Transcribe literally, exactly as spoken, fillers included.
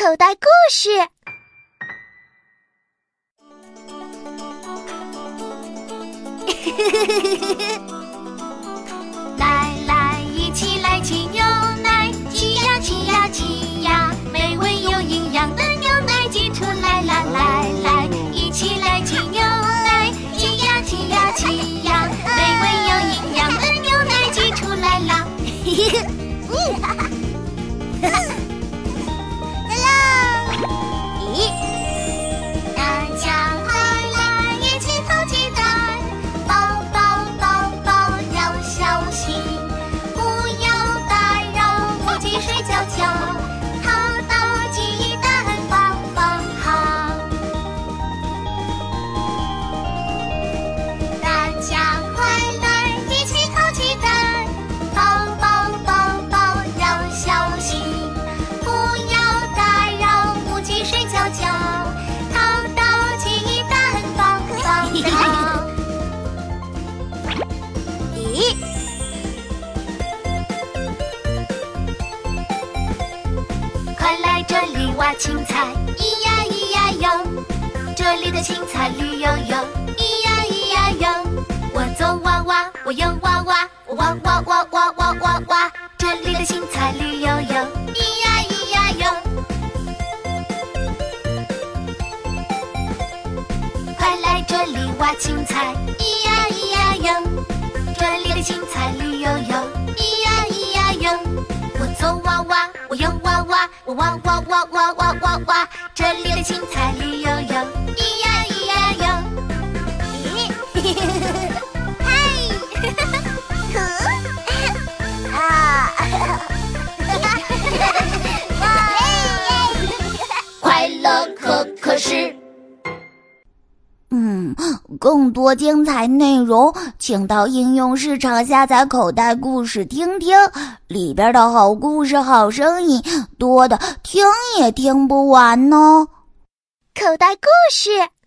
口袋故事。 来来，一起来挤牛奶，挤呀挤呀挤呀，美味又营养的牛奶挤出来啦！来来，一起来挤牛奶，挤呀挤呀挤呀，美味又营养的牛奶挤出来啦！咦，大家快来一起偷鸡蛋，抱抱抱抱要小心，不要打扰母鸡睡觉觉，掏到鸡蛋放放好。大家快来一起偷鸡蛋，抱抱抱抱要小心，不要打扰母鸡睡觉觉，掏到鸡蛋放放好。咦，快来这里挖青菜，咿呀咿呀哟，这里的青菜绿油油，咿呀咿呀哟。我左挖挖，我右挖挖，我挖挖挖挖挖挖挖，这里的青菜绿油油，咿呀咿呀哟。快来这里挖青菜，咿呀咿呀哟，这里的青菜绿油油，咿呀咿呀哟。我左挖挖，我右挖挖，我挖挖挖挖挖挖挖，这里的青菜绿油油，咿呀咿呀哟。咦，嗨，啊，快乐可可是。 嗯，更多精彩内容，请到应用市场下载口袋故事听听，里边的好故事、好声音多的听也听不完呢。口袋故事。